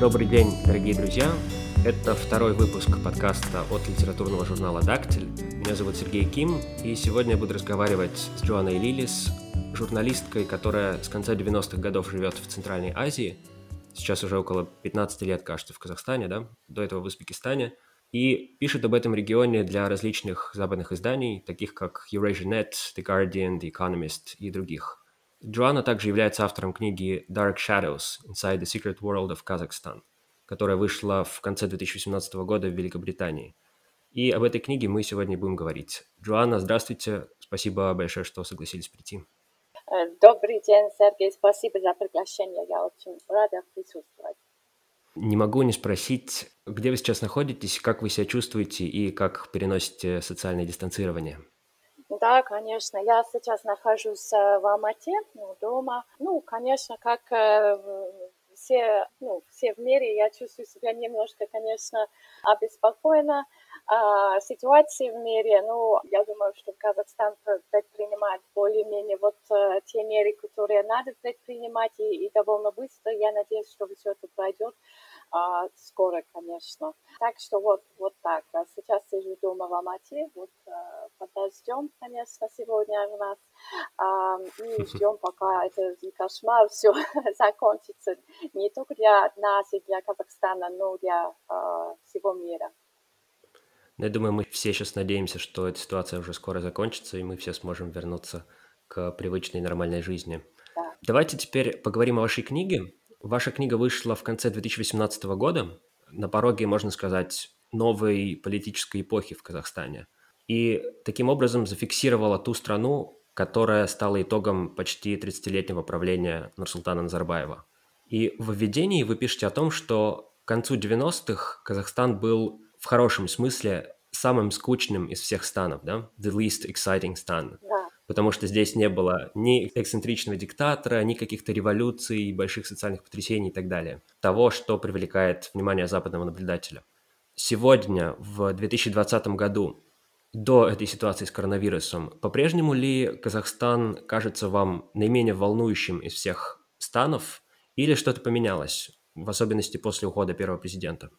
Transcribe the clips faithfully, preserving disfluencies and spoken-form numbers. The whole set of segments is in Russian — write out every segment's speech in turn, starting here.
Добрый день, дорогие друзья! Это второй выпуск подкаста от литературного журнала «Дактиль». Меня зовут Сергей Ким, и сегодня я буду разговаривать с Джоанной Лилис, журналисткой, которая с конца девяностых годов живет в Центральной Азии. Сейчас уже около пятнадцать лет, кажется, в Казахстане, да? До этого в Узбекистане. И пишет об этом регионе для различных западных изданий, таких как Eurasia.net, The Guardian, The Economist и других. Джоанна также является автором книги Dark Shadows Inside the Secret World of Kazakhstan, которая вышла в конце две тысячи восемнадцатого года в Великобритании. И об этой книге мы сегодня будем говорить. Джоанна, здравствуйте. Спасибо большое, что согласились прийти. Добрый день, Сергей. Спасибо за приглашение. Я очень рада присутствовать. Не могу не спросить, где вы сейчас находитесь, как вы себя чувствуете и как переносите социальное дистанцирование? Да, конечно. Я сейчас нахожусь в Алмате, ну, дома. Ну, конечно, как э, все, ну, все в мире, я чувствую себя немножко, конечно, обеспокоена. А, ситуации в мире, ну, я думаю, что Казахстан предпринимает более-менее вот э, те меры, которые надо предпринимать, и, и довольно быстро. Я надеюсь, что все это пройдет а, скоро, конечно. Так что вот, вот так. А сейчас сижу дома в Алмате, вот а, под дождем, конечно, сегодня у нас. А, и ждем, пока этот кошмар все закончится. Не только для нас и для Казахстана, но для а, всего мира. Я думаю, мы все сейчас надеемся, что эта ситуация уже скоро закончится, и мы все сможем вернуться к привычной нормальной жизни. Да. Давайте теперь поговорим о вашей книге. Ваша книга вышла в конце две тысячи восемнадцатого года, на пороге, можно сказать, новой политической эпохи в Казахстане. И таким образом зафиксировала ту страну, которая стала итогом почти тридцатилетнего правления Нурсултана Назарбаева. И в введении вы пишете о том, что к концу девяностых Казахстан был в хорошем смысле самым скучным из всех станов, да? The least exciting stan. Да. Потому что здесь не было ни эксцентричного диктатора, ни каких-то революций, больших социальных потрясений и так далее. Того, что привлекает внимание западного наблюдателя. Сегодня, в две тысячи двадцатом году, до этой ситуации с коронавирусом, по-прежнему ли Казахстан кажется вам наименее волнующим из всех станов, или что-то поменялось, в особенности после ухода первого президента?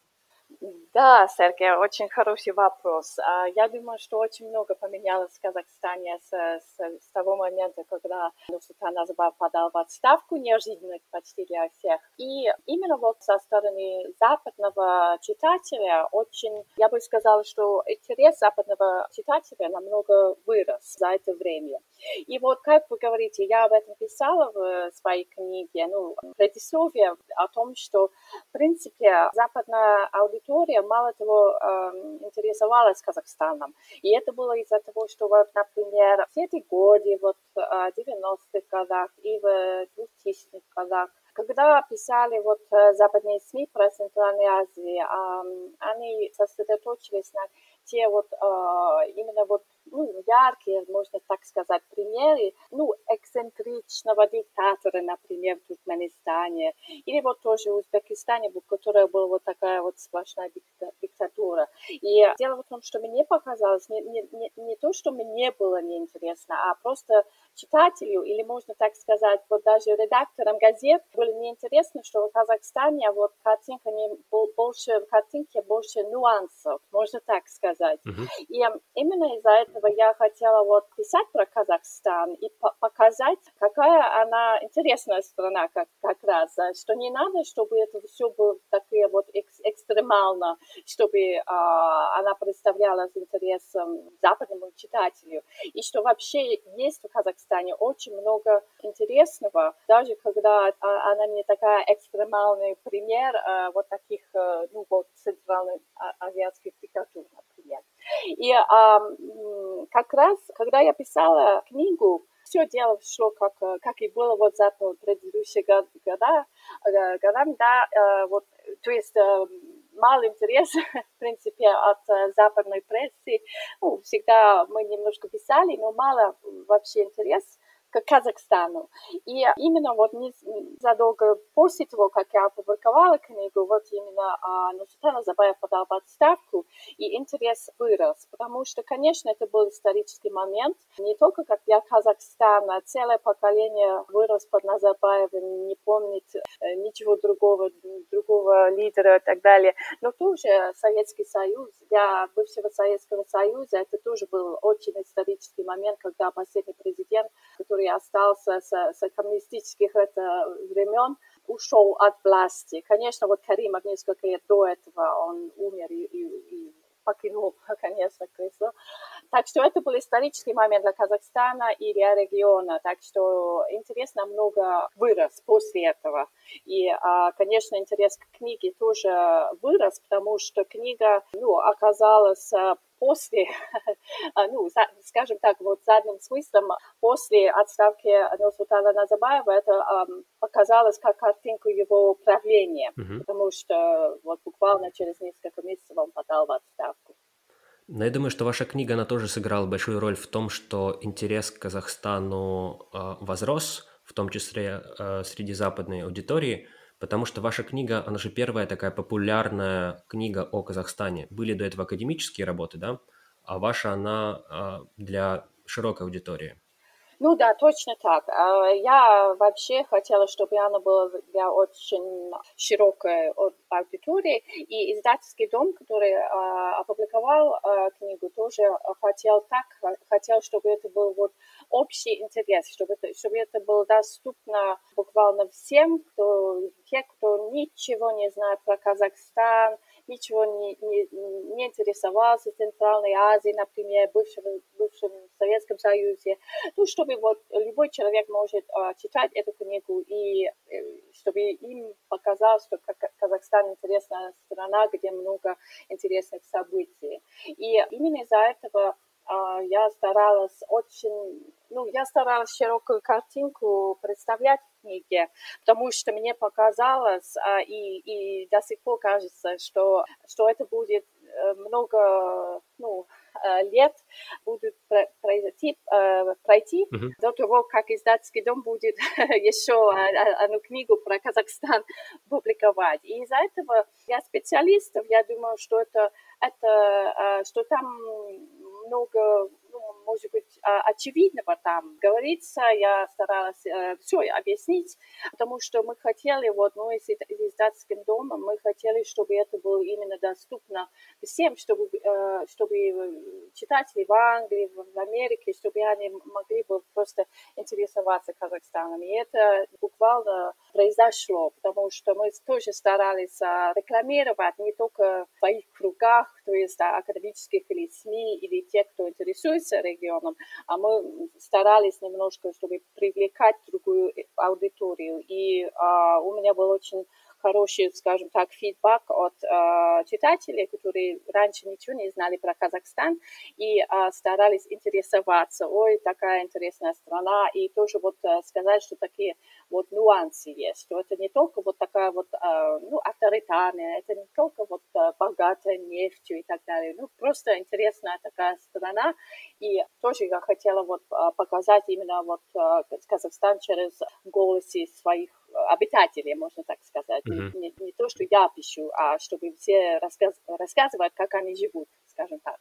Да, Сергей, очень хороший вопрос. Я думаю, что очень много поменялось в Казахстане с, с, с того момента, когда Нурсултан Назарбаев подал в отставку, неожиданно почти для всех. И именно вот со стороны западного читателя очень, я бы сказала, что интерес западного читателя намного вырос за это время. И вот, как вы говорите, я об этом писала в своей книге, ну, предисловие о том, что, в принципе, западная аудитория мало того э, интересовалась Казахстаном. И это было из-за того, что, вот, например, все эти годы, вот, в девяностых годах и в двухтысячных годах, когда писали вот западные СМИ про Центральную Азию, э, они сосредоточились на те вот э, именно вот ну, яркие, можно так сказать, примеры, ну, эксцентричного диктатора, например, в Туркменистане, или вот тоже в Узбекистане, в которой была вот такая вот сплошная диктатура. И дело в том, что мне показалось, не, не, не, не то, что мне было неинтересно, а просто читателю, или можно так сказать, вот даже редакторам газет было неинтересно, что в Казахстане вот картинка не больше, в картинке больше нюансов, можно так сказать. Uh-huh. И именно из-за этого я хотела вот писать про Казахстан и по- показать, какая она интересная страна как, как раз, что не надо, чтобы это все было такое вот экс- экстремально, чтобы а, она представляла интерес западному читателю, и что вообще есть в Казахстане очень много интересного, даже когда а, она не такая экстремальный пример а, вот таких, ну вот, центральноазиатских диктатур, например. И а, как раз, когда я писала книгу, все дело шло, как, как и было вот за предыдущие года, годами, да, вот, то есть мало интереса, в принципе, от западной прессы. Ну, всегда мы немножко писали, но мало вообще интерес к Казахстану. И именно вот незадолго после того, как я опубликовала книгу, вот именно Нурсултан Назарбаев подал в отставку, и интерес вырос, потому что, конечно, это был исторический момент. Не только как для Казахстана, целое поколение вырос под Назарбаевым, не помнит ничего другого, другого лидера и так далее. Но тоже Советский Союз, для бывшего Советского Союза, это тоже был очень исторический момент, когда последний президент, который остался с, с коммунистических это, времен, ушел от власти. Конечно, вот Каримов несколько лет до этого, он умер и, и, и покинул, конечно, кресло. Так что это был исторический момент для Казахстана и для региона. Так что интерес намного вырос после этого. И, конечно, интерес к книге тоже вырос, потому что книга, ну, оказалась после, ну, скажем так, вот задним смыслом, после отставки Нурсултана Назарбаева это показалось как картинку его правления, mm-hmm. потому что вот буквально через несколько месяцев он подал в отставку. Но я думаю, что ваша книга, она тоже сыграла большую роль в том, что интерес к Казахстану э, возрос, в том числе э, среди западной аудитории, потому что ваша книга, она же первая такая популярная книга о Казахстане. Были до этого академические работы, да? А ваша, она э, для широкой аудитории. Ну да, точно так. Я вообще хотела, чтобы она была для очень широкой аудитории. И издательский дом, который опубликовал книгу, тоже хотел так, хотел, чтобы это был вот общий интерес, чтобы это, чтобы это было доступно буквально всем, кто, те, кто ничего не знает про Казахстан, ничего не, не, не интересовался Центральной Азией, например, бывшем, бывшем Советском Союзе. Ну, чтобы вот любой человек может uh, читать эту книгу, и чтобы им показалось, что Казахстан интересная страна, где много интересных событий. И именно из-за этого uh, я старалась очень, ну, я старалась широкую картинку представлять в книге, потому что мне показалось, uh, и, и до сих пор кажется, что, что это будет много, ну, лет будут произойти, пройти mm-hmm. до того, как издательский дом будет еще одну книгу про Казахстан публиковать. И из-за этого для специалистов, я думаю, что это, это что там много, ну, может быть, очевидного там говорится. Я старалась э, все объяснить, потому что мы хотели, вот, ну, с издательским домом, мы хотели, чтобы это было именно доступно всем, чтобы, э, чтобы читатели в Англии, в Америке, чтобы они могли бы просто интересоваться Казахстаном. И это буквально произошло, потому что мы тоже старались рекламировать не только в своих кругах, то есть академических или СМИ, или тех, кто интересуется регионом, а мы старались немножко, чтобы привлекать другую аудиторию. И а, у меня был очень хороший, скажем так, фидбэк от э, читателей, которые раньше ничего не знали про Казахстан и э, старались интересоваться. Ой, такая интересная страна. И тоже вот э, сказать, что такие вот нюансы есть, что это не только вот такая вот, э, ну, авторитарная, это не только вот э, богатая нефтью и так далее. Ну, просто интересная такая страна. И тоже я хотела вот э, показать именно вот э, Казахстан через голосы своих обитателей, можно так сказать. Mm-hmm. Не, не, не то, что я пишу, а чтобы все рассказ, рассказывают, как они живут, скажем так.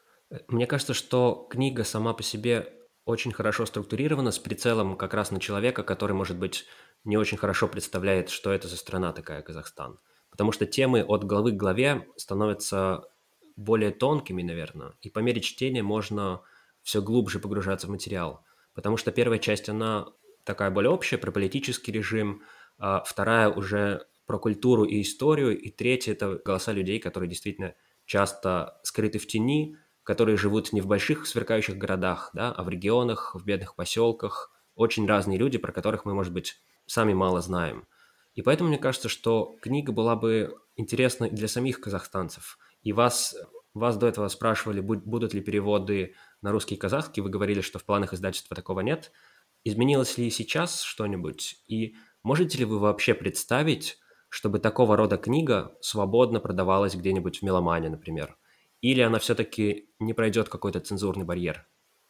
Мне кажется, что книга сама по себе очень хорошо структурирована, с прицелом как раз на человека, который, может быть, не очень хорошо представляет, что это за страна такая, Казахстан. Потому что темы от главы к главе становятся более тонкими, наверное, и по мере чтения можно все глубже погружаться в материал. Потому что первая часть, она такая более общая, про политический режим, а вторая уже про культуру и историю, и третья – это голоса людей, которые действительно часто скрыты в тени, которые живут не в больших сверкающих городах, да, а в регионах, в бедных поселках. Очень разные люди, про которых мы, может быть, сами мало знаем. И поэтому мне кажется, что книга была бы интересна для самих казахстанцев. И вас, вас до этого спрашивали, будут ли переводы на русский и казахский. Вы говорили, что в планах издательства такого нет. Изменилось ли сейчас что-нибудь? И можете ли вы вообще представить, чтобы такого рода книга свободно продавалась где-нибудь в Меломане, например? Или она все-таки не пройдет какой-то цензурный барьер?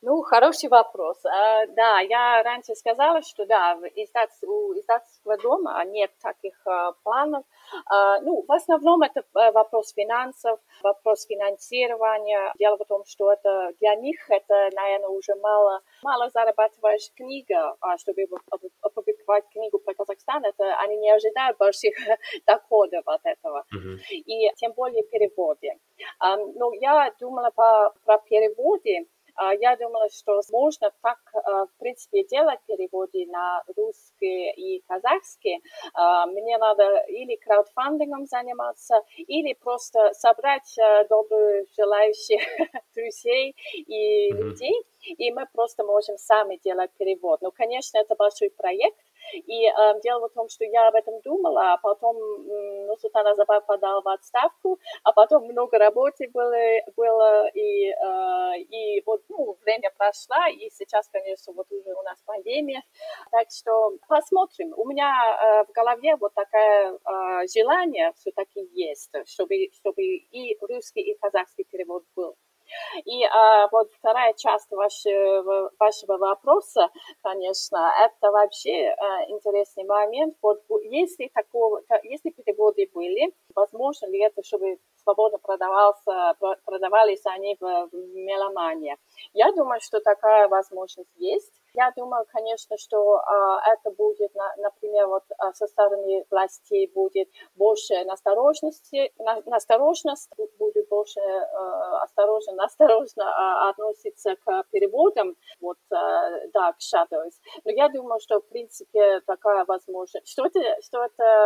Ну, хороший вопрос. А, да, я раньше сказала, что да, в издательств- у издательского дома нет таких а, планов. А, ну, в основном это э, вопрос финансов, вопрос финансирования. Дело в том, что это для них это, наверное, уже мало, мало зарабатываешь книга, а чтобы вот опу- опубликовать книгу про Казахстан, это они не ожидают больших доходов от этого. Мгм. И тем более переводы. А, ну, я думала по, про переводы. А, Я думала, что можно так, а, в принципе, делать переводы на русский и казахский. А, Мне надо или краудфандингом заниматься, или просто собрать а, добрых желающих друзей и Мгм. людей, и мы просто можем сами делать перевод. Ну, конечно, это большой проект, и э, дело в том, что я об этом думала, а потом м, Нурсултан Назарбаев подал в отставку, а потом много работы было, было и, э, и вот ну, время прошло, и сейчас, конечно, вот уже у нас пандемия, так что посмотрим. У меня э, в голове вот такое э, желание все-таки есть, чтобы, чтобы и русский, и казахский перевод был. И а, вот вторая часть вашего, вашего вопроса, конечно, это вообще а, интересный момент. Вот если такого, если переводы были, возможно ли это, чтобы свободно продавался, продавались они в, в меломании? Я думаю, что такая возможность есть. Я думаю, конечно, что а, это будет, на, например, вот а, со стороны властей будет больше насторожности, на, насторожность, будет больше э, осторожно, осторожно э, относиться к переводам, вот, э, Dark Shadows. Но я думаю, что, в принципе, такая возможность, что это, что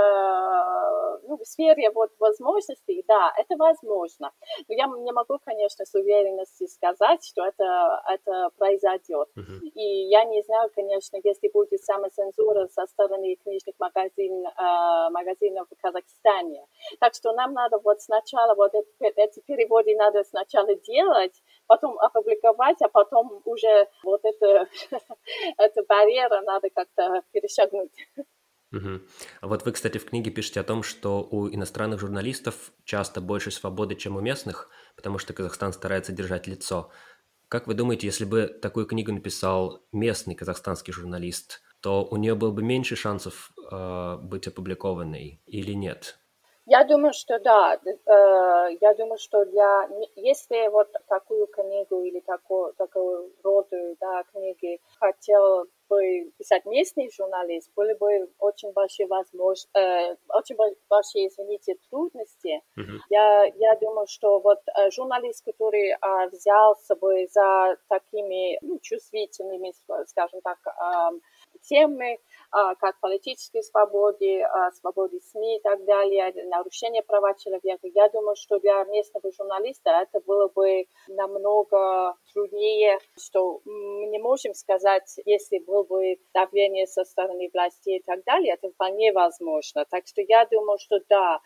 это ну, в сфере вот, возможностей, да, это возможно. Но я не могу, конечно, с уверенностью сказать, что это, это произойдет. Мгм. И я не знаю, конечно, если будет самоцензура со стороны книжных магазин, э, магазинов в Казахстане. Так что нам надо вот сначала вот эти, эти переводы надо сначала делать, потом опубликовать, а потом уже вот это, эта барьера надо как-то перешагнуть. Мгм. А вот вы, кстати, в книге пишете о том, что у иностранных журналистов часто больше свободы, чем у местных, потому что Казахстан старается держать лицо. Как вы думаете, если бы такую книгу написал местный казахстанский журналист, то у нее было бы меньше шансов э, быть опубликованной или нет? Я думаю, что да. Э, Я думаю, что для... Если вот такую книгу или такую, такую роду да, книги хотел бы писать местный журналист, были бы очень большие возможности, э, очень большие, извините, трудности. Мгм. Я, я думаю, что вот э, журналист, который э, взялся бы за такими ну, чувствительными, скажем так, э, темами, а, как политической свободе, а, свободе СМИ и так далее, нарушение права человека. Я думаю, что для местного журналиста это было бы намного труднее, что мы не можем сказать, если было бы давление со стороны властей и так далее, это вполне возможно. Так что я думаю, что да,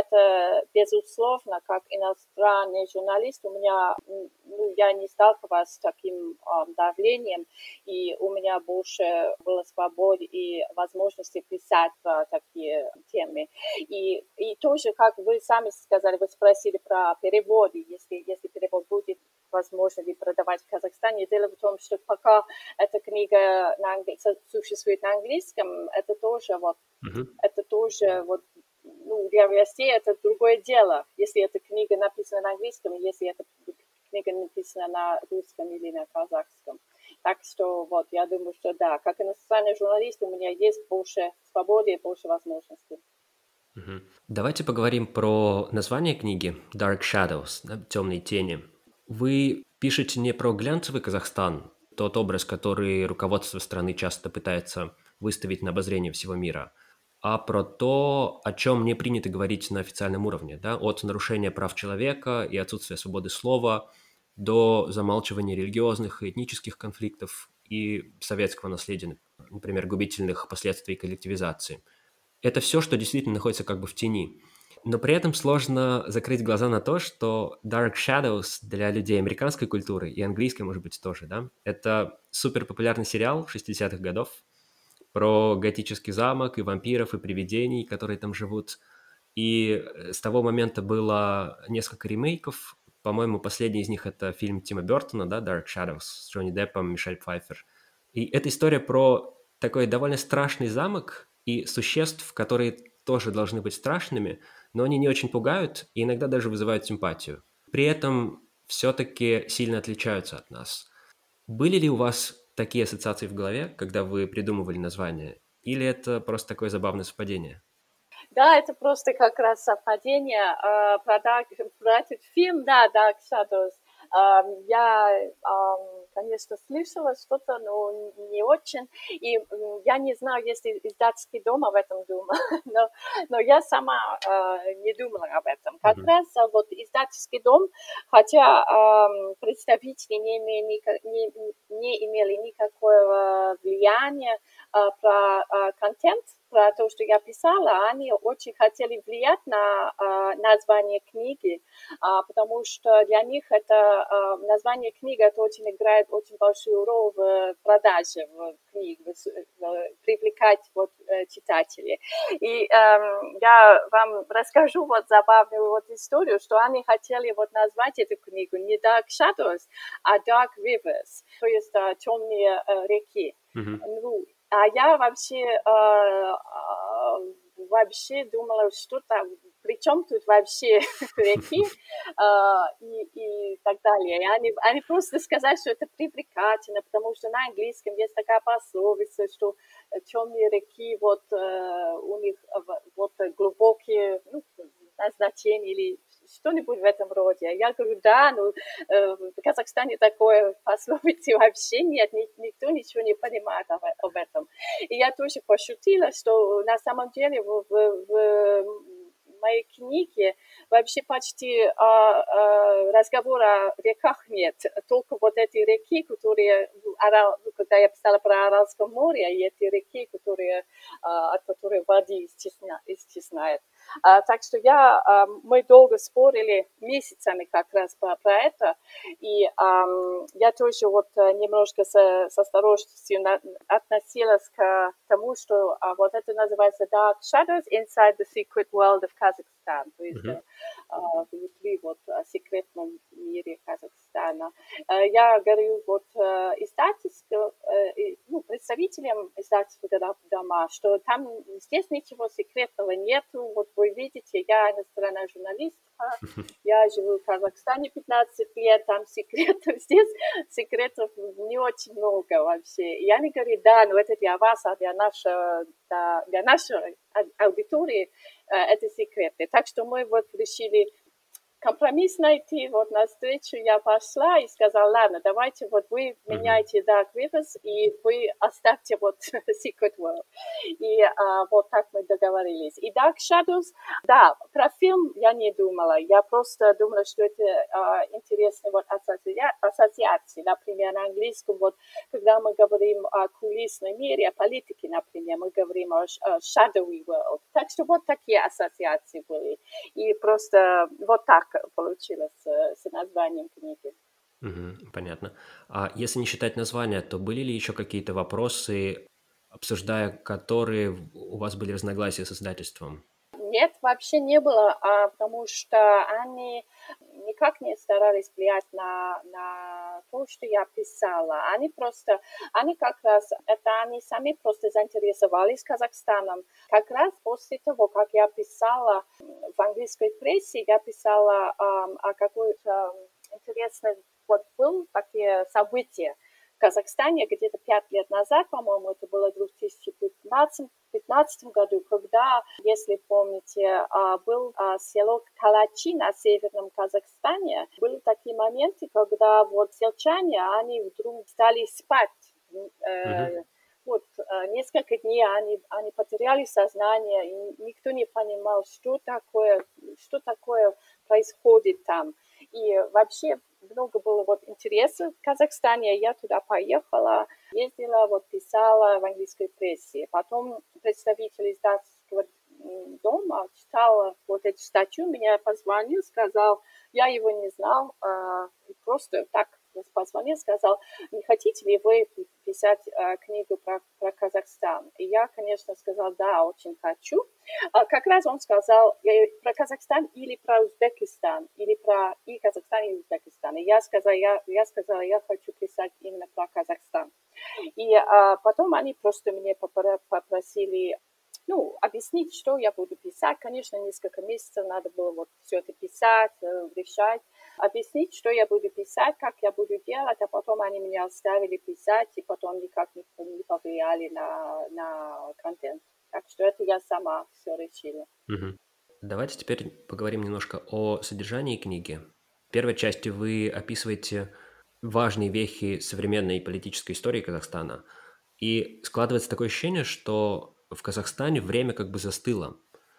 это безусловно, как иностранный журналист, у меня, ну, я не сталкивалась с таким а, давлением, и у меня больше было свободы и возможности писать про такие темы. И, и тоже, как вы сами сказали, вы спросили про переводы, если, если перевод будет возможно ли продавать в Казахстане. Дело в том, что пока эта книга на англи... существует на английском, это тоже вот, Мгм. это тоже вот ну, для России это другое дело, если эта книга написана на английском, если эта книга написана на русском или на казахском. Так что вот, я думаю, что да, как иностранный журналист у меня есть больше свободы и больше возможностей. Мгм. Давайте поговорим про название книги Dark Shadows, да, «Темные тени». Вы пишете не про глянцевый Казахстан, тот образ, который руководство страны часто пытается выставить на обозрение всего мира, а про то, о чем не принято говорить на официальном уровне, да, от нарушения прав человека и отсутствия свободы слова до замалчивания религиозных и этнических конфликтов и советского наследия, например, губительных последствий коллективизации. Это все, что действительно находится как бы в тени. Но при этом сложно закрыть глаза на то, что Dark Shadows для людей американской культуры и английской, может быть, тоже, да, это супер популярный сериал шестидесятых годов про готический замок и вампиров, и привидений, которые там живут. И э, с того момента было несколько ремейков, По-моему, последний из них — это фильм Тима Бёртона, да, Dark Shadows, с Джонни Деппом, Мишель Пфайффер. И это история про такой довольно страшный замок и существ, которые тоже должны быть страшными, но они не очень пугают и иногда даже вызывают симпатию. При этом все-таки сильно отличаются от нас. Были ли у вас такие ассоциации в голове, когда вы придумывали название? Или это просто такое забавное совпадение? Да, это просто как раз совпадение. А, Про, Dark- про этот фильм, да, Dark Shadows. А, Я, ам, конечно, слышала что-то, но не очень. И м, я не знаю, если издательский дом об этом думал, но, но я сама а, не думала об этом. Как Мгм. раз а, вот издательский дом, хотя ам, представители не имели, ника- не, не имели никакого влияния а, про а, контент, про то, что я писала, они очень хотели влиять на а, название книги, а, потому что для них это а, название книги это очень играет очень большую роль в продаже в книг, в, в, привлекать вот, э, читателей. И эм, я вам расскажу вот забавную вот историю, что они хотели вот назвать эту книгу не Dark Shadows, а Dark Rivers, то есть а, темные э, реки. Мгм. Ну, а я вообще, э, э, вообще думала, что там, при чем тут вообще реки э, и, и так далее. И они, они просто сказали, что это привлекательно, потому что на английском есть такая пословица, что темные реки, вот э, у них э, вот глубокие ну, назначения или что-нибудь в этом роде. Я говорю, да, ну, э, в Казахстане такое пословицы вообще нет, ни, никто ничего не понимает об, об этом. И я тоже пошутила, что на самом деле в, в, в моей книге вообще почти а, а, разговора о реках нет, только вот эти реки, которые, Арал, когда я писала про Аральское море, и эти реки, которые, а, от которых воды исчезняет. А, так что я, а, мы долго спорили месяцами как раз про, про это, и а, я тоже вот немножко с, с осторожностью на, относилась к тому, что а, вот это называется Dark Shadows Inside the Secret World of Kazakhstan, то есть Мгм. а, внутри вот секретном мире Казахстана. Я говорю вот издательству, ну, представителям издательства дома, что там здесь ничего секретного нету. Вот вы видите, я иностранная журналистка, я живу в Казахстане пятнадцать лет, там секретов, здесь секретов не очень много вообще. И они говорят, да, но это для вас, а для нашей, да, для нашей аудитории это секреты. Так что мы вот решили компромисс найти, вот на встречу я пошла и сказала, ладно, давайте вот вы Мгм. меняйте Dark Rivers, и вы оставьте вот Secret World. И а, вот так мы договорились. И Dark Shadows, да, про фильм я не думала, я просто думала, что это а, интересные вот ассоциа- ассоциации, например, на английском, вот, когда мы говорим о кулисном мире, о политике, например, мы говорим о, о shadowy world. Так что вот такие ассоциации были. И просто вот так получилось с, с названием книги. Мгм. Понятно. А если не считать названия, то были ли еще какие-то вопросы, обсуждая которые в- у вас были разногласия с издательством? Нет, вообще не было, а, потому что они никак не старались влиять на, на то, что я писала. Они просто, они как раз, это они сами просто заинтересовались Казахстаном. Как раз после того, как я писала в английской прессе, я писала um, о какой-то интересной, вот был такие события в Казахстане где-то пять лет назад, по-моему, это было в две тысячи пятнадцатом году, когда, если помните, был село Калачи на северном Казахстане. Были такие моменты, когда вот сельчане, они вдруг стали спать. Мгм. Вот несколько дней они, они потеряли сознание, и никто не понимал, что такое, что такое происходит там. И вообще много было вот интереса в Казахстане. Я туда поехала, ездила, вот писала в английской прессе. Потом представитель издательского дома читала вот эту статью, меня позвонил, сказал, я его не знал, просто так позвонил, сказал, не хотите ли вы писать э, книгу про, про Казахстан? И я, конечно, сказала, да, очень хочу. А как раз он сказал я, про Казахстан или про Узбекистан, или про и Казахстан, и Узбекистан. И я сказала, я, я сказала, я хочу писать именно про Казахстан. И а, потом они просто мне попросили, ну, объяснить, что я буду писать. Конечно, несколько месяцев надо было вот все это писать, решать, объяснить, что я буду писать, как я буду делать, а потом они меня оставили писать, и потом никак не, не повлияли на, на контент. Так что это я сама все решила. Угу. Давайте теперь поговорим немножко о содержании книги. В первой части вы описываете важные вехи современной политической истории Казахстана. И складывается такое ощущение, что в Казахстане время как бы застыло.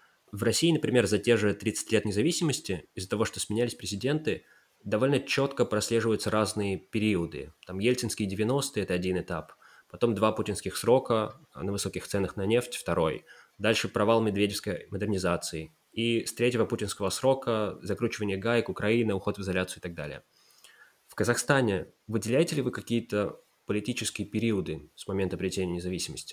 В России, например, за те же тридцать лет независимости, из-за того, что сменялись президенты, довольно четко прослеживаются разные периоды. Там ельцинские девяностые – это один этап, потом два путинских срока на высоких ценах на нефть – второй, дальше провал медведевской модернизации, и с третьего путинского срока закручивание гаек, Украина, уход в изоляцию и так далее. В Казахстане выделяете ли вы какие-то политические периоды с момента обретения независимости?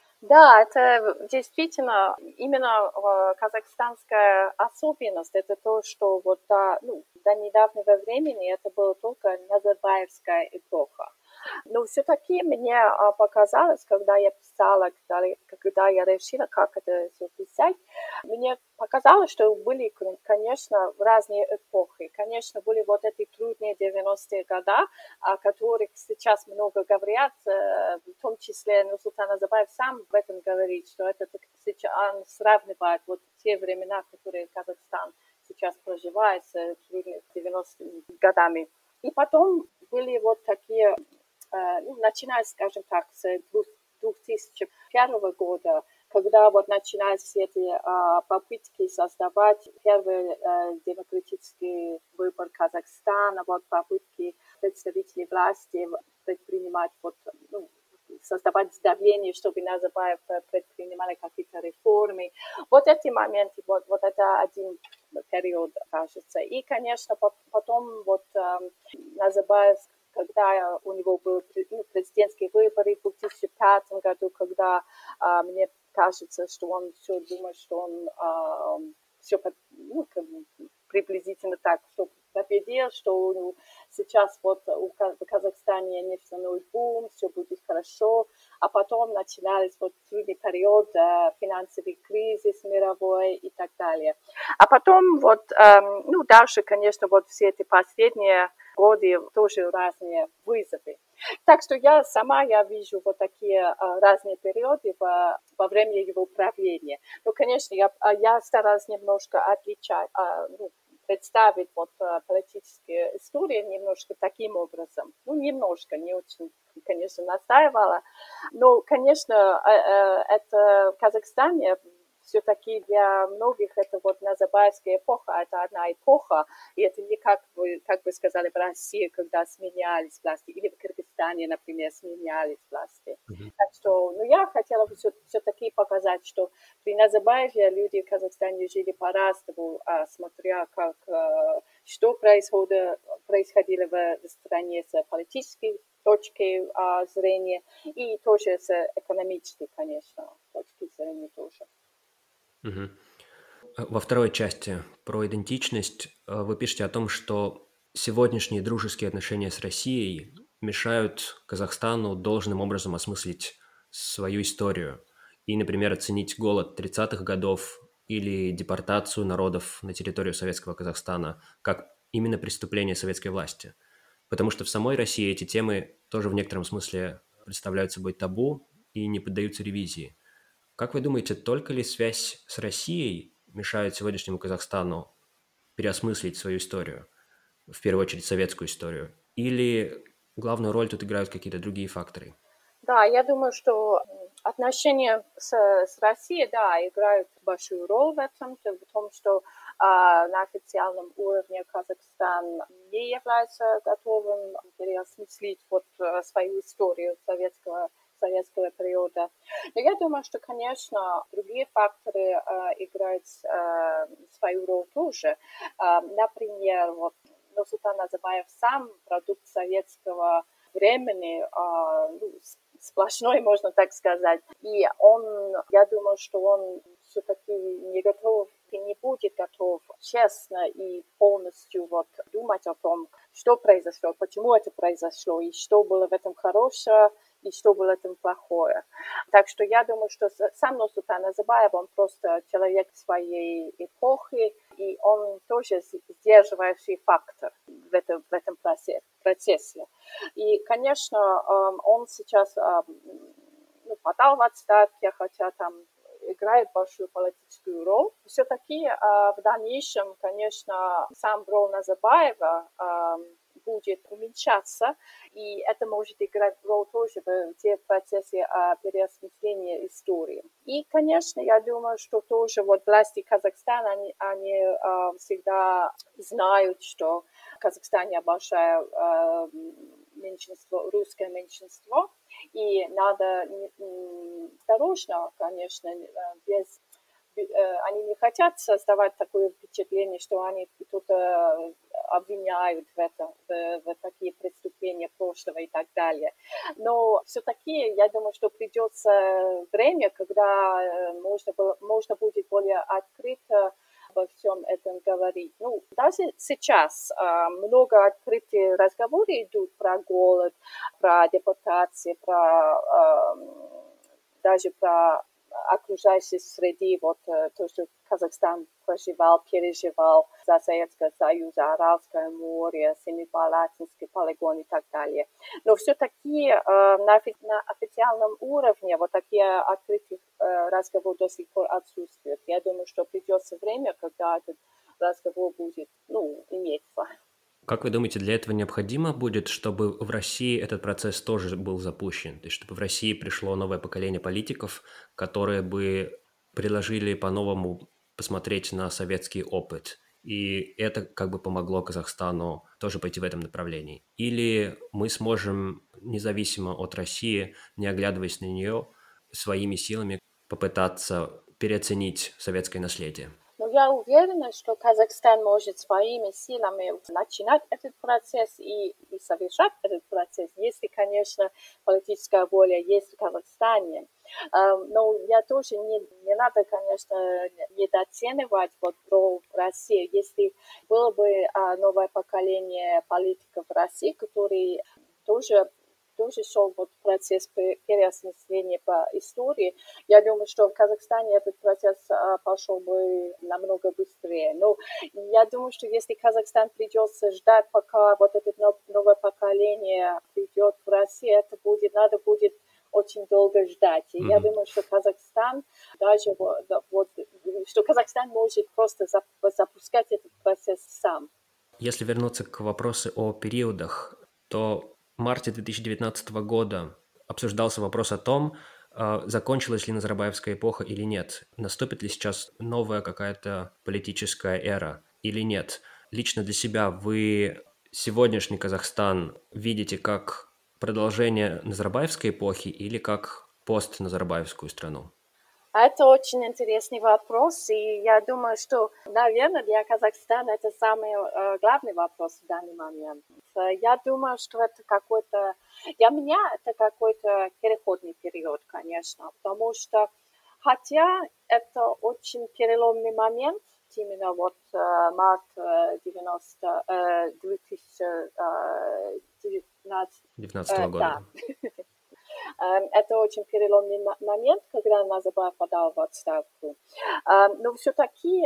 Да, это действительно именно э, казахстанская особенность. Это то, что вот до, ну, до недавнего времени это была только Назарбаевская эпоха. Но все-таки мне а, показалось, когда я писала, когда, когда я решила, как это все писать, мне показалось, что были, конечно, разные эпохи. Конечно, были вот эти трудные девяностые годы, о которых сейчас много говорят, в том числе Нурсултан Назарбаев сам в этом говорит, что это сейчас он сравнивает вот те времена, которые Казахстан сейчас проживает с трудными девяностыми годами. И потом были вот такие, ну, начиная, скажем так, с две тысячи первого года, когда вот начинались все эти а, попытки создавать первый а, демократический выбор Казахстана, вот попытки представителей власти предпринимать, вот, ну, создавать давление, чтобы Назарбаев предпринимали какие-то реформы. Вот эти моменты, вот, вот это один период, кажется. И, конечно, потом вот а, Назарбаев, когда у него были, ну, президентские выборы в две тысячи пятом году, когда а, мне кажется, что он все думает, что он а, все, ну, приблизительно так, что победил, что сейчас вот в Казахстане нефтяной бум, все будет хорошо, а потом начинались вот трудный период, финансовый кризис мировой и так далее. А потом вот, ну, дальше, конечно, вот все эти последние годы тоже разные вызовы. Так что я сама, я вижу вот такие а, разные периоды во, во время его правления. Но, конечно, я, я старалась немножко отличать, а, ну, представить вот политические истории немножко таким образом. Ну, немножко, не очень, конечно, настаивала. Но, конечно, это в Казахстане все-таки для многих это вот Назарбаевская эпоха, это одна эпоха, и это не как вы, как вы сказали, в России, когда сменялись власти, или в Кыргызстане, например, сменялись власти. Mm-hmm. Так что, ну, я хотела бы все, все-таки показать, что при Назарбаеве люди в Казахстане жили по-разному, а, смотря как, а, что происходило, происходило в стране с политической точки а, зрения, и тоже с экономической, конечно, точки зрения тоже. Угу. Во второй части про идентичность вы пишете о том, что сегодняшние дружеские отношения с Россией мешают Казахстану должным образом осмыслить свою историю и, например, оценить голод тридцатых годов или депортацию народов на территорию советского Казахстана как именно преступление советской власти. Потому что в самой России эти темы тоже в некотором смысле представляют собой табу и не поддаются ревизии. Как вы думаете, только ли связь с Россией мешает сегодняшнему Казахстану переосмыслить свою историю, в первую очередь советскую историю, или главную роль тут играют какие-то другие факторы? Да, я думаю, что отношения с, с Россией, да, играют большую роль в этом, в том, что а, на официальном уровне Казахстан не является готовым переосмыслить вот свою историю советского советского периода. Но я думаю, что, конечно, другие факторы э, играют э, свою роль тоже. Э, например, вот Нурсултан Назарбаев сам продукт советского времени, ну, сплошной, можно так сказать. И он, я думаю, что он все-таки не готов и не будет готов честно и полностью вот думать о том, что произошло, почему это произошло, и что было в этом хорошее, и что было в этом плохое. Так что я думаю, что сам Нурсултан Назарбаев, он просто человек своей эпохи, и он тоже сдерживающий фактор в этом, в этом процессе. И, конечно, он сейчас ну, подал в отставке, хотя там играет большую политическую роль. Все-таки в дальнейшем, конечно, сам роль Назарбаева будет уменьшаться, и это может играть роль тоже в процессе переосмысления истории. И, конечно, я думаю, что тоже вот власти Казахстана, они, они всегда знают, что в Казахстане большое меньшинство, русское меньшинство, и надо осторожно, конечно, без они не хотят создавать такое впечатление, что они кто-то обвиняют в, это, в, в такие преступления прошлого и так далее. Но все-таки я думаю, что придется время, когда можно, было, можно будет более открыто обо всем этом говорить. Ну, даже сейчас э, много открытых разговоров идут про голод, про депортации, про э, даже про окружающей среды, вот то, что Казахстан проживал, переживал за Советского Союза, Аральское море, Семипалатинский полигон и так далее. Но все-таки э, на, на официальном уровне вот такие открытые э, разговоры до сих пор отсутствуют. Я думаю, что придется время, когда этот разговор будет, ну, иметься. Как вы думаете, для этого необходимо будет, чтобы в России этот процесс тоже был запущен? То есть, чтобы в России пришло новое поколение политиков, которые бы предложили по-новому посмотреть на советский опыт? И это как бы помогло Казахстану тоже пойти в этом направлении? Или мы сможем, независимо от России, не оглядываясь на нее, своими силами попытаться переоценить советское наследие? Но я уверена, что Казахстан может своими силами начинать этот процесс и, и совершать этот процесс, если, конечно, политическая воля есть в Казахстане. Но я тоже не, не надо, конечно, недооценивать вот роль России. Если было бы новое поколение политиков в России, которые тоже тоже шел вот процесс переосмысления по истории. Я думаю, что в Казахстане этот процесс а, пошел бы намного быстрее. Но я думаю, что если Казахстан придется ждать, пока вот это новое поколение придет в Россию, это будет, надо будет очень долго ждать. И mm-hmm. я думаю, что Казахстан даже вот, вот, что Казахстан может просто запускать этот процесс сам. Если вернуться к вопросу о периодах, то в марте две тысячи девятнадцатого года обсуждался вопрос о том, закончилась ли Назарбаевская эпоха или нет, наступит ли сейчас новая какая-то политическая эра или нет. Лично для себя вы сегодняшний Казахстан видите как продолжение Назарбаевской эпохи или как пост-назарбаевскую страну? Это очень интересный вопрос, и я думаю, что, наверное, для Казахстана это самый э, главный вопрос в данный момент. Я думаю, что это какой-то, для меня это какой-то переходный период, конечно, потому что, хотя это очень переломный момент, именно вот э, март девяносто, э, две тысячи девятнадцатого э, года. Да. Это очень переломный момент, когда Назарбаев подал в отставку. Но все-таки,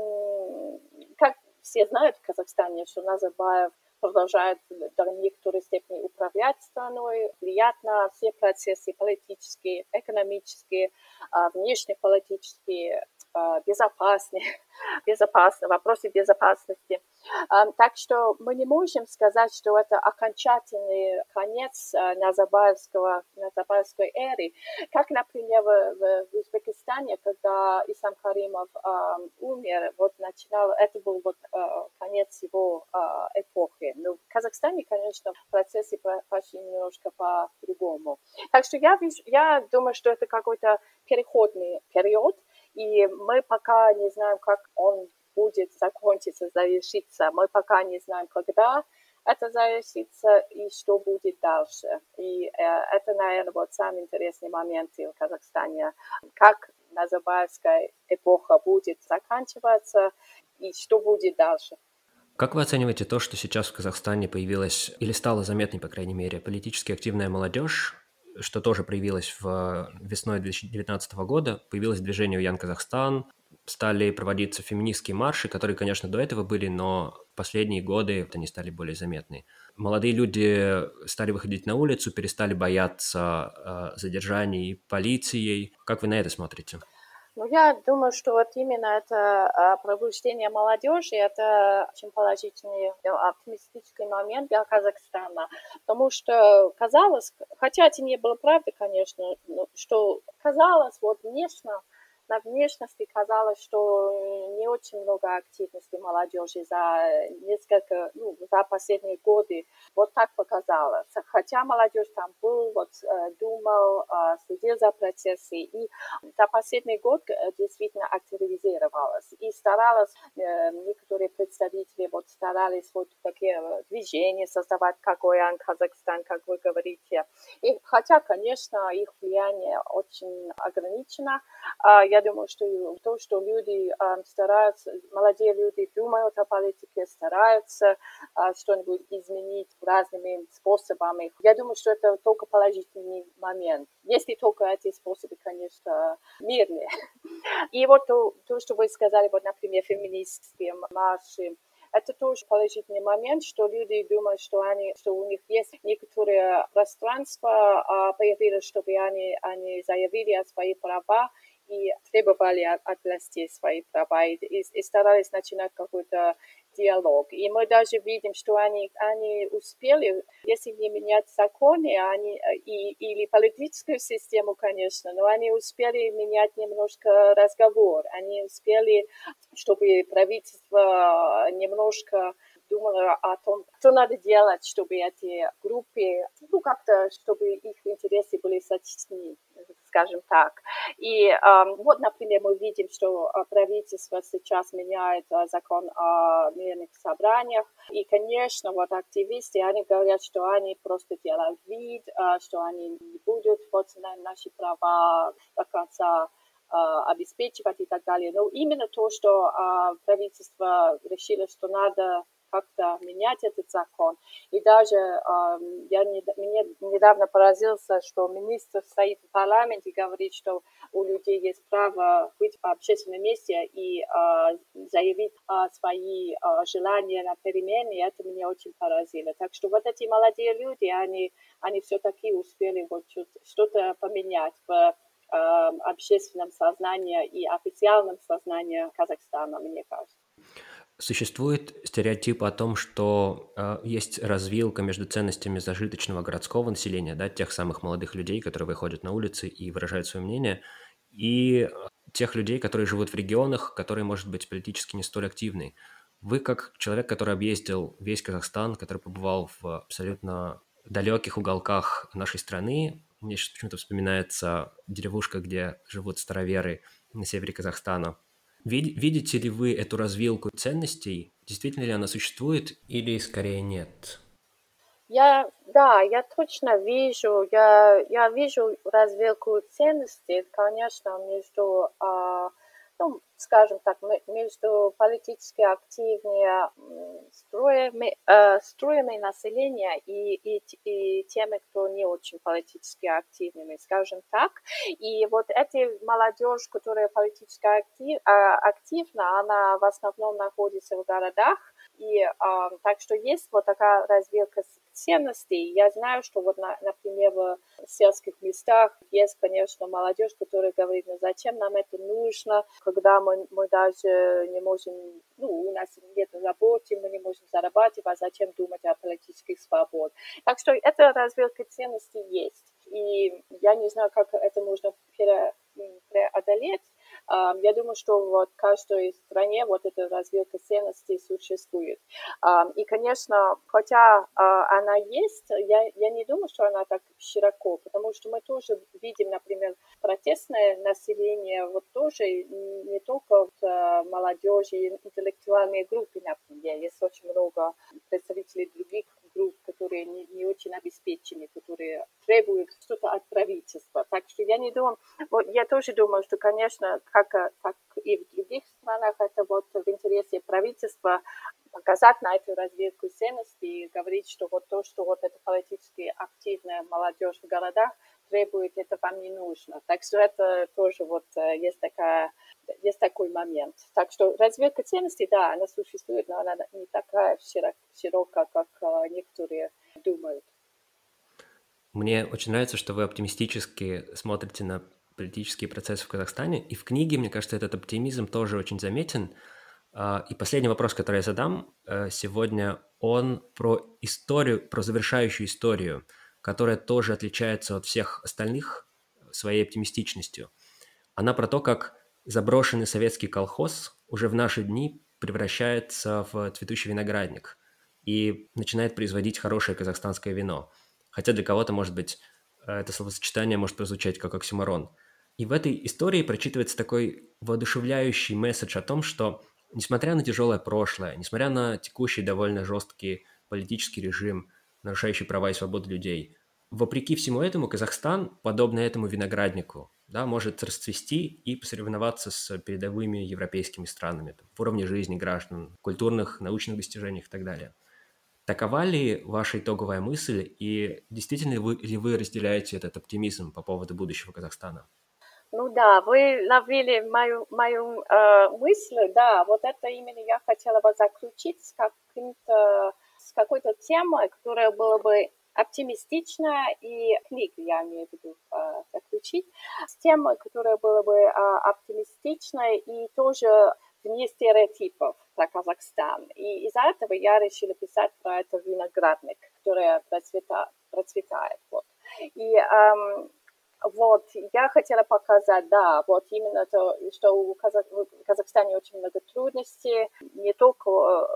как все знают в Казахстане, что Назарбаев продолжает до некоторой степени управлять страной, влиять на все процессы политические, экономические, внешнеполитические, безопасные, безопасные, вопросы безопасности. Так что мы не можем сказать, что это окончательный конец Назарбаевского, Назарбаевской эры. Как, например, в, в Узбекистане, когда Ислам Каримов э, умер, вот начинал, это был вот, э, конец его э, эпохи. Но в Казахстане, конечно, процессы пошли немножко по-другому. Так что я, вижу, я думаю, что это какой-то переходный период, и мы пока не знаем, как он будет закончиться, завершиться. Мы пока не знаем, когда это завершится и что будет дальше. И э, это, наверное, вот самый интересный момент в Казахстане. Как Назарбаевская эпоха будет заканчиваться и что будет дальше. Как вы оцениваете то, что сейчас в Казахстане появилась, или стала заметной, по крайней мере, политически активная молодежь, что тоже проявилось в весной две тысячи девятнадцатого года, появилось движение «Уян Казахстан», стали проводиться феминистские марши, которые, конечно, до этого были, но в последние годы они стали более заметны. Молодые люди стали выходить на улицу, перестали бояться э, задержаний полицией. Как вы на это смотрите? Ну, я думаю, что вот именно это а, пробуждение молодежи, это очень положительный, оптимистический момент для Казахстана, потому что казалось, хотя это не было правда, конечно, что казалось вот внешне, на внешности казалось, что не очень много активности молодежи за несколько, ну, за последние годы. Вот так показалось. Хотя молодежь там был, вот, думал, следил за процессом. И за последний год действительно активизировалась. И старалась, некоторые представители вот старались вот такие движения создавать, как Уян Казахстан, как вы говорите. И хотя, конечно, их влияние очень ограничено, я думаю, что то, что люди э, стараются, молодые люди думают о политике, стараются э, что-нибудь изменить разными способами. Я думаю, что это только положительный момент. Если только эти способы, конечно, мирные. И вот то, то что вы сказали, вот, например, феминистские марши, это тоже положительный момент, что люди думают, что, они, что у них есть некоторое пространство, э, появилось, чтобы они, они заявили о своих правах и требовали от, от властей свои права, и, и, и старались начинать какой-то диалог. И мы даже видим, что они, они успели, если не менять законы они, и, или политическую систему, конечно, но они успели менять немножко разговор. Они успели, чтобы правительство немножко думала о том, что надо делать, чтобы эти группы, ну, как-то, чтобы их интересы были сочтены, скажем так. И э, вот, например, мы видим, что правительство сейчас меняет закон о мирных собраниях. И, конечно, вот активисты, они говорят, что они просто делают вид, что они не будут вот наши права до конца обеспечивать и так далее. Но именно то, что правительство решило, что надо как-то менять этот закон. И даже э, я не, мне недавно поразился, что министр стоит в парламенте и говорит, что у людей есть право быть в общественном месте и э, заявить э, свои э, желания на перемены. И это меня очень поразило. Так что вот эти молодые люди, они, они все-таки успели вот что-то поменять в э, общественном сознании и официальном сознании Казахстана, мне кажется. Существует стереотип о том, что э, есть развилка между ценностями зажиточного городского населения, да, тех самых молодых людей, которые выходят на улицы и выражают свое мнение, и тех людей, которые живут в регионах, которые, может быть, политически не столь активны. Вы, как человек, который объездил весь Казахстан, который побывал в абсолютно далеких уголках нашей страны, мне сейчас почему-то вспоминается деревушка, где живут староверы на севере Казахстана. Видите ли вы эту развилку ценностей? Действительно ли она существует или скорее нет? Я, да, я точно вижу, я, я вижу развилку ценностей, конечно, между, а, ну, скажем так, между политически активными строями, э, строями населения и, и, и теми, кто не очень политически активными, скажем так. И вот эта молодежь, которая политически актив, активна, она в основном находится в городах. И э, так что есть вот такая развилка ценностей. Я знаю, что вот, на, например, в сельских местах есть, конечно, молодежь, которая говорит, ну зачем нам это нужно, когда мы, мы даже не можем, ну, у нас нет работы, мы не можем зарабатывать, зачем думать о политических свободах. Так что эта развилка ценностей есть. И я не знаю, как это можно преодолеть, Я думаю, что вот в каждой стране вот эта развилка ценностей существует. И, конечно, хотя она есть, я, я не думаю, что она так широко, потому что мы тоже видим, например, протестное население, вот тоже не только вот молодежи, интеллектуальные группы, например, есть очень много представителей других групп, которые не, не очень обеспечены, которые требуют что-то от правительства. Так что я не думаю, вот я тоже думаю, что, конечно, как, как и в других странах, это вот в интересе правительства показать на эту развилку ценностей и говорить, что вот то, что вот эта политически активная молодежь в городах требует, это вам не нужно. Так что это тоже вот есть такая есть такой момент. Так что развилка ценностей, да, она существует, но она не такая широкая, как некоторые думают. Мне очень нравится, что вы оптимистически смотрите на политические процессы в Казахстане, и в книге, мне кажется, этот оптимизм тоже очень заметен. И последний вопрос, который я задам сегодня, он про историю, про завершающую историю, которая тоже отличается от всех остальных своей оптимистичностью. Она про то, как заброшенный советский колхоз уже в наши дни превращается в цветущий виноградник и начинает производить хорошее казахстанское вино. Хотя для кого-то, может быть, это словосочетание может прозвучать как оксюморон. И в этой истории прочитывается такой воодушевляющий месседж о том, что несмотря на тяжелое прошлое, несмотря на текущий довольно жесткий политический режим, нарушающий права и свободы людей, вопреки всему этому Казахстан, подобно этому винограднику, да, может расцвести и посоревноваться с передовыми европейскими странами там, в уровне жизни граждан, культурных, научных достижениях и так далее. Такова ли ваша итоговая мысль, и действительно вы, ли вы разделяете этот оптимизм по поводу будущего Казахстана? Ну да, вы ловили мою, мою э, мысль, да, вот это именно я хотела бы заключить с, каким-то, с какой-то темой, которая была бы оптимистичная, и книгу я имею в виду э, заключить, с темой, которая была бы э, оптимистичной и тоже вне стереотипов про Казахстан. И из-за этого я решила писать про это виноградник, который процветает. процветает вот. И эм, вот, я хотела показать, да, вот именно то, что у Казах... в Казахстане очень много трудностей, не только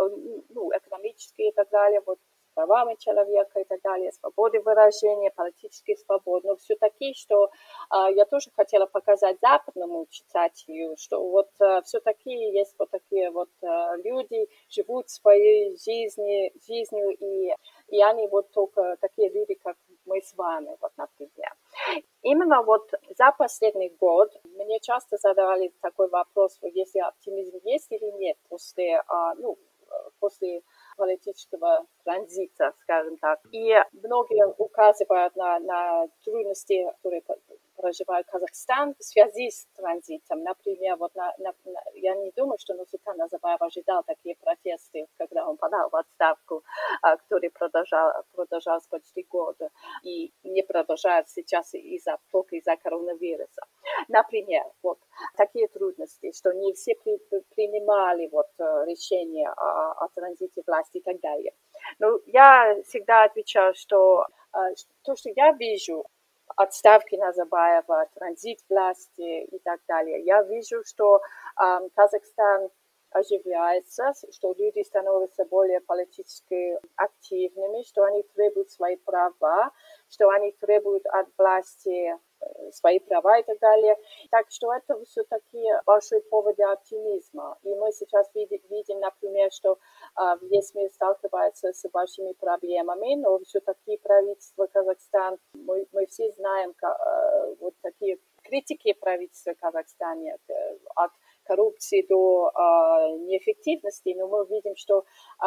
ну, экономические и так далее, вот с правами человека и так далее, свободы выражения, политические свободы, но все-таки, что э, я тоже хотела показать западному читателю, что вот э, все-таки есть вот такие вот э, люди, живут своей жизнью, жизнью и, и они вот только такие люди, как мы с вами, вот, например. Именно вот за последний год мне часто задавали такой вопрос, если оптимизм есть или нет после, ну, после политического транзита, скажем так. И многие указывают на, на трудности, которые проживает Казахстан в связи с транзитом. Например, вот на, на, я не думаю, что Нурсултан Назарбаев ожидал такие протесты, когда он подал в отставку, который продолжал, продолжался почти год и не продолжает сейчас из-за, только из-за коронавируса. Например, вот такие трудности, что не все при, принимали вот, решения о, о транзите власти и так далее. Но я всегда отвечаю, что то, что я вижу, отставки Назарбаева, транзит власти и так далее. Я вижу, что э, Казахстан оживляется, что люди становятся более политически активными, что они требуют свои права, что они требуют от власти свои права и так далее. Так что это все-таки большой повод для оптимизма. И мы сейчас видим, видим например, что э, весь мир сталкивается с большими проблемами, но все-таки правительство Казахстана, мы, мы все знаем э, вот такие критики правительства Казахстана э, от коррупции до э, неэффективности, но мы видим, что э,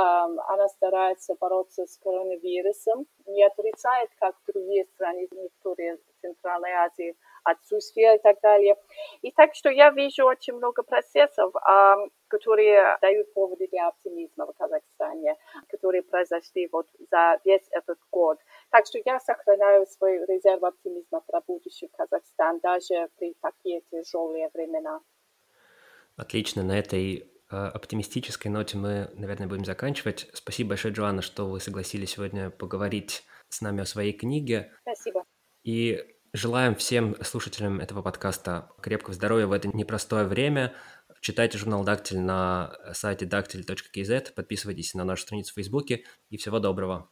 она старается бороться с коронавирусом, не отрицает, как другие страны, некоторые в Центральной Азии, отсутствие и так далее. И так что я вижу очень много процессов, э, которые дают поводы для оптимизма в Казахстане, которые произошли вот за весь этот год. Так что я сохраняю свой резерв оптимизма про будущее Казахстана даже при такие тяжелые времена. Отлично, на этой э, оптимистической ноте мы, наверное, будем заканчивать. Спасибо большое, Джоанна, что вы согласились сегодня поговорить с нами о своей книге. Спасибо. И Желаем всем слушателям этого подкаста крепкого здоровья в это непростое время. Читайте журнал «Дактиль» на сайте дактиль точка кей зет, подписывайтесь на нашу страницу в Фейсбуке и всего доброго.